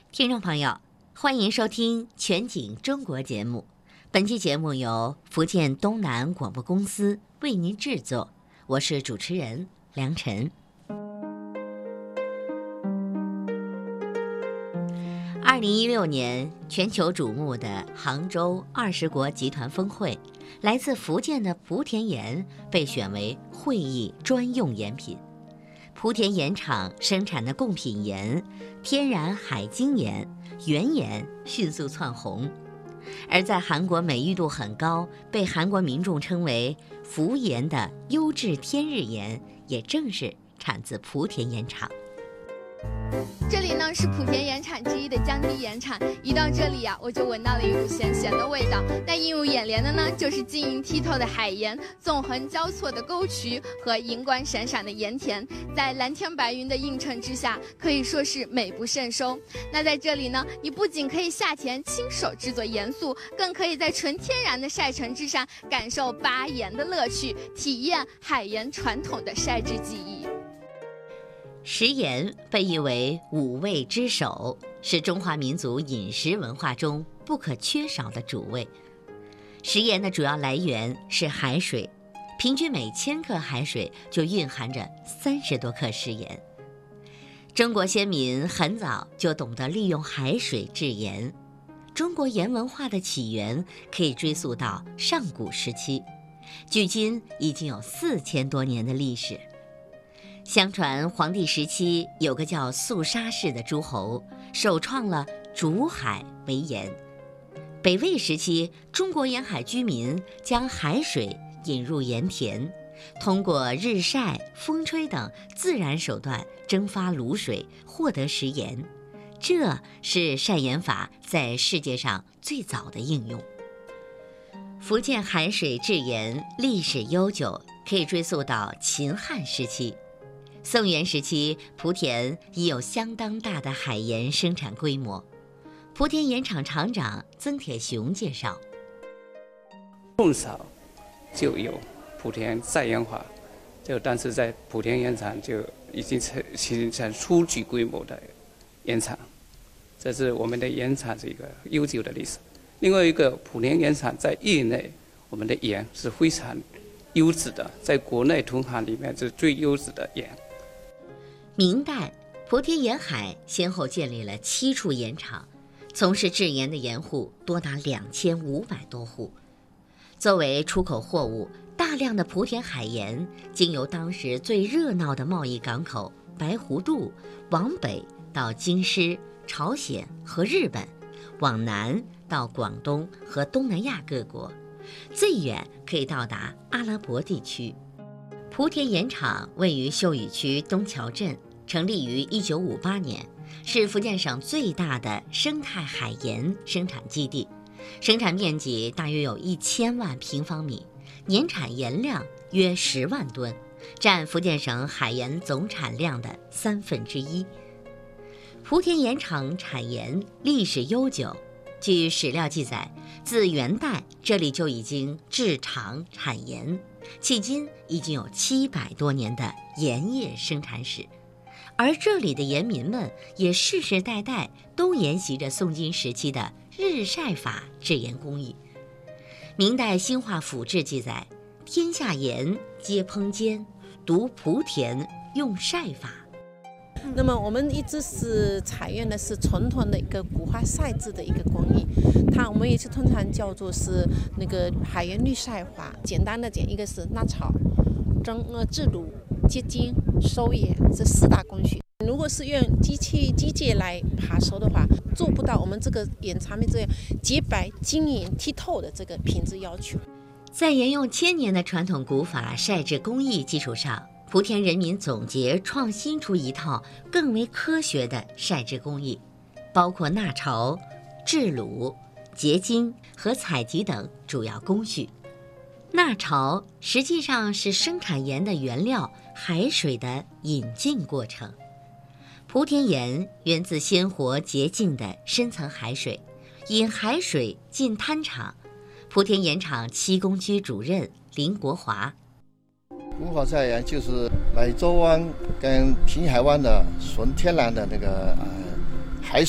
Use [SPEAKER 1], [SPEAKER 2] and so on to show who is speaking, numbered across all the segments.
[SPEAKER 1] 听众朋友，欢迎收听全景中国节目。本期节目由福建东南广播公司为您制作，我是主持人梁晨。2016年全球瞩目的杭州20国集团峰会，来自福建的莆田盐被选为会议专用盐品。莆田盐厂生产的贡品盐、天然海晶盐、原盐迅速窜红，而在韩国美誉度很高，被韩国民众称为福盐的优质天日盐，也正是产自莆田盐厂。
[SPEAKER 2] 这里呢是莆田盐场之一的江堤盐场，一到这里我就闻到了一股咸咸的味道。但映入眼帘的呢，就是晶莹剔透的海盐、纵横交错的沟渠和银光闪闪的盐田，在蓝天白云的映衬之下，可以说是美不胜收。那在这里呢，你不仅可以下田亲手制作盐素，更可以在纯天然的晒橙之上感受拔盐的乐趣，体验海盐传统的晒制技艺。
[SPEAKER 1] 食盐被誉为五味之首，是中华民族饮食文化中不可缺少的主味。食盐的主要来源是海水，平均每1000克海水就蕴含着30多克食盐。中国先民很早就懂得利用海水制盐。中国盐文化的起源可以追溯到上古时期，距今已经有4000多年的历史。相传黄帝时期有个叫肃杀氏的诸侯，首创了煮海为盐。北魏时期，中国沿海居民将海水引入盐田，通过日晒、风吹等自然手段蒸发卤水，获得食盐。这是晒盐法在世界上最早的应用。福建海水制盐历史悠久，可以追溯到秦汉时期。宋元时期，莆田已有相当大的海盐生产规模。莆田盐厂厂长曾铁雄介绍，
[SPEAKER 3] 从早就有莆田晒盐法，但是在莆田盐厂就已经形成初具规模的盐厂，这是我们的盐厂是一个悠久的历史。另外一个，莆田盐厂在业内，我们的盐是非常优质的，在国内同行里面是最优质的盐。
[SPEAKER 1] 明代，莆田沿海先后建立了7处盐场，从事制盐的盐户多达2500多户。作为出口货物，大量的莆田海盐经由当时最热闹的贸易港口白湖渡往北到京师、朝鲜和日本，往南到广东和东南亚各国，最远可以到达阿拉伯地区。莆田盐场位于秀屿区东桥镇，成立于1958年，是福建省最大的生态海盐生产基地，生产面积大约有1000万平方米，年产盐量约10万吨，占福建省海盐总产量的1/3。莆田盐场产盐历史悠久，据史料记载，自元代这里就已经制厂产盐，迄今已经有700多年的盐业生产史。而这里的盐民们也世世代代都沿袭着宋金时期的日晒法制盐工艺。明代兴化府志记载，天下盐皆烹煎，独莆田用晒法。
[SPEAKER 4] 那么我们一直是采用的是传统的一个古花晒制的一个工艺，我们也是通常叫做是那个海盐滤晒法。简单的讲，一个是辣炒、制卤、结晶、收盐，这4大工序。如果是用机械来扒熟的话，做不到我们这个盐产品这样洁白、晶莹、剔透的这个品质要求。
[SPEAKER 1] 在沿用1000年的传统古法晒制工艺基础上，莆田人民总结创新出一套更为科学的晒制工艺，包括纳潮、制卤、结晶和采集等主要工序。纳潮实际上是生产盐的原料海水的引进过程。莆田盐源自鲜活洁净的深层海水，引海水进滩厂。莆田盐场7工区主任林国华，
[SPEAKER 5] 古法晒盐就是美洲湾跟平海湾的纯天然的那个海水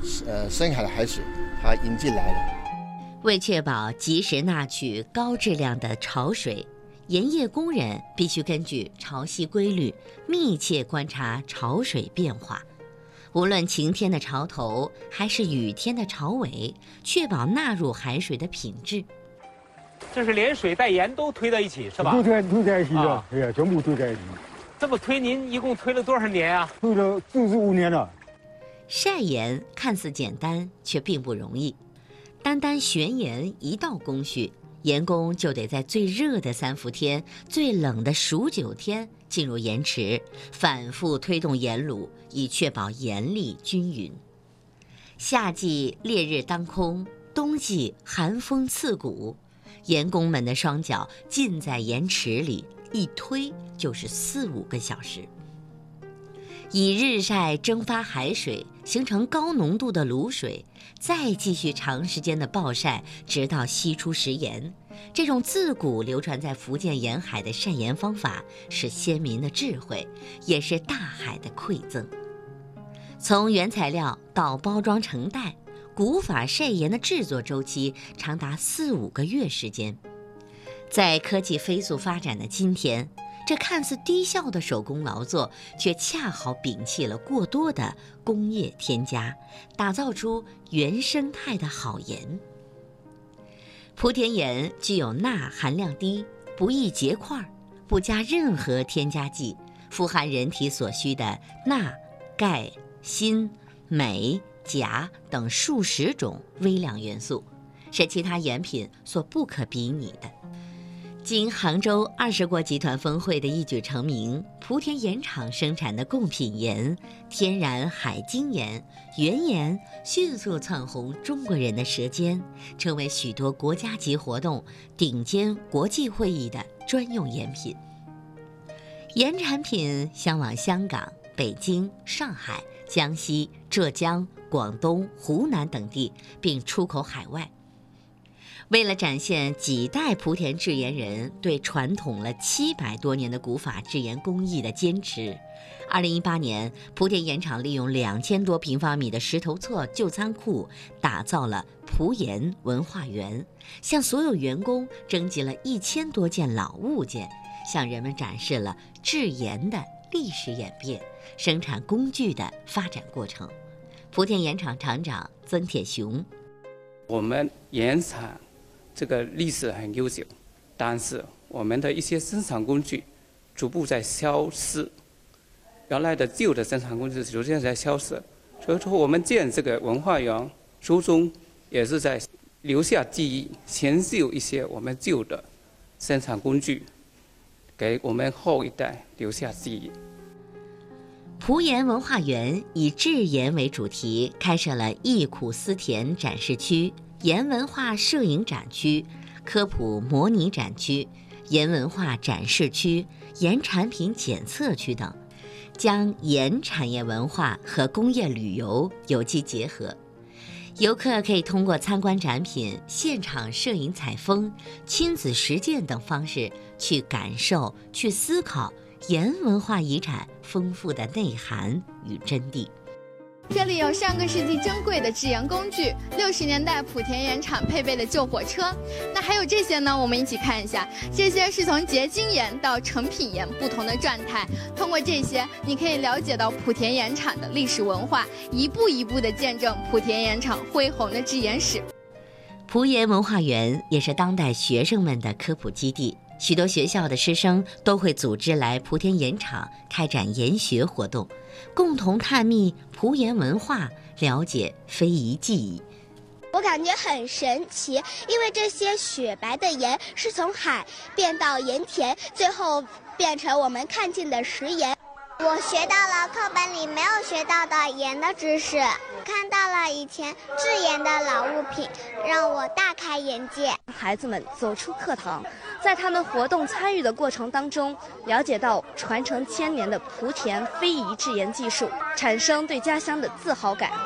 [SPEAKER 5] 深海的海水它引进来了。
[SPEAKER 1] 为确保及时纳取高质量的潮水，盐业工人必须根据潮汐规律，密切观察潮水变化。无论晴天的潮头还是雨天的潮尾，确保纳入海水的品质。
[SPEAKER 6] 这是连水带盐都推到一起，是吧？
[SPEAKER 7] 都推在一起的，哎呀，全部推在一起。
[SPEAKER 6] 这么推，您一共推了多少年啊？
[SPEAKER 7] 推了45年了。
[SPEAKER 1] 晒盐看似简单，却并不容易。单单旋盐一道工序，盐工就得在最热的3伏天、最冷的数9天进入盐池，反复推动盐卤，以确保盐粒均匀。夏季烈日当空，冬季寒风刺骨，盐工们的双脚浸在盐池里，一推就是4-5个小时。以日晒蒸发海水，形成高浓度的卤水，再继续长时间的暴晒，直到析出食盐。这种自古流传在福建沿海的晒盐方法，是先民的智慧，也是大海的馈赠。从原材料到包装成袋，古法晒盐的制作周期长达4-5个月时间。在科技飞速发展的今天，这看似低效的手工劳作，却恰好摒弃了过多的工业添加，打造出原生态的好盐。莆田盐具有钠含量低，不易结块，不加任何添加剂，富含人体所需的钠、钙、锌、镁、钾等数十种微量元素，是其他盐品所不可比拟的。经杭州20国集团峰会的一举成名，莆田盐场生产的贡品盐、天然海精盐、原盐迅速窜红中国人的舌尖，成为许多国家级活动、顶尖国际会议的专用盐品。盐产品销往香港、北京、上海、江西、浙江、广东、湖南等地，并出口海外。为了展现几代莆田制盐人对传统了700多年的古法制盐工艺的坚持，2018年，莆田盐场利用2000多平方米的石头厝旧仓库，打造了莆盐文化园，向所有员工征集了1000多件老物件，向人们展示了制盐的历史演变、生产工具的发展过程。莆田盐场厂长曾铁雄：
[SPEAKER 3] 我们盐场这个历史很悠久，但是我们的一些生产工具逐步在消失，原来的旧的生产工具逐渐在消失，所以说我们建这个文化园，初衷也是在留下记忆，研究一些我们旧的生产工具，给我们后一代留下记忆。
[SPEAKER 1] 莆盐文化园以制盐为主题，开设了忆苦思甜展示区、盐文化摄影展区、科普模拟展区、盐文化展示区、盐产品检测区等，将盐产业文化和工业旅游有机结合。游客可以通过参观展品、现场摄影采风、亲子实践等方式去感受、去思考盐文化遗产丰富的内涵与真谛。
[SPEAKER 2] 这里有上个世纪珍贵的制盐工具，60年代莆田盐场配备的旧火车。那还有这些呢，我们一起看一下。这些是从结晶盐到成品盐不同的状态，通过这些，你可以了解到莆田盐场的历史文化，一步一步地见证莆田盐场恢宏的制盐史。
[SPEAKER 1] 莆盐文化园也是当代学生们的科普基地。许多学校的师生都会组织来莆田盐场开展研学活动，共同探秘莆盐文化，了解非遗技艺。
[SPEAKER 8] 我感觉很神奇，因为这些雪白的盐是从海变到盐田，最后变成我们看见的食盐。我学到了课本里没有学到的盐的知识，看到了以前制盐的老物品，让我大开眼界。
[SPEAKER 9] 孩子们走出课堂，在他们活动参与的过程当中，了解到传承1000年的莆田非遗制盐技术，产生对家乡的自豪感。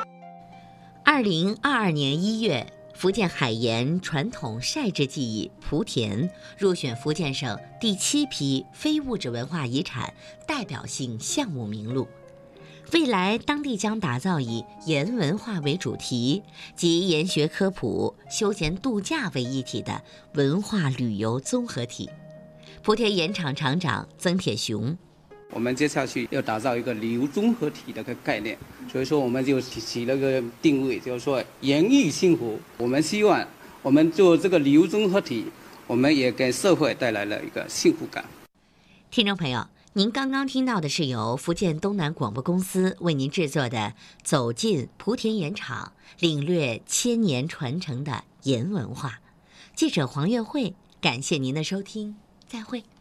[SPEAKER 1] 2022年1月，福建海盐传统晒制技艺莆田入选福建省第7批非物质文化遗产代表性项目名录。 未来当地将打造以盐文化为主题，集盐学科普、休闲度假为一体的文化旅游综合体。莆田盐场厂长曾铁雄：
[SPEAKER 3] 我们接下去要打造一个旅游综合体的一个概念，所以说我们就起了个定位，就是说盐寓幸福。我们希望我们做这个旅游综合体，我们也给社会带来了一个幸福感。
[SPEAKER 1] 听众朋友，您刚刚听到的是由福建东南广播公司为您制作的《走进莆田盐场，领略千年传承的盐文化》。记者黄月慧，感谢您的收听，再会。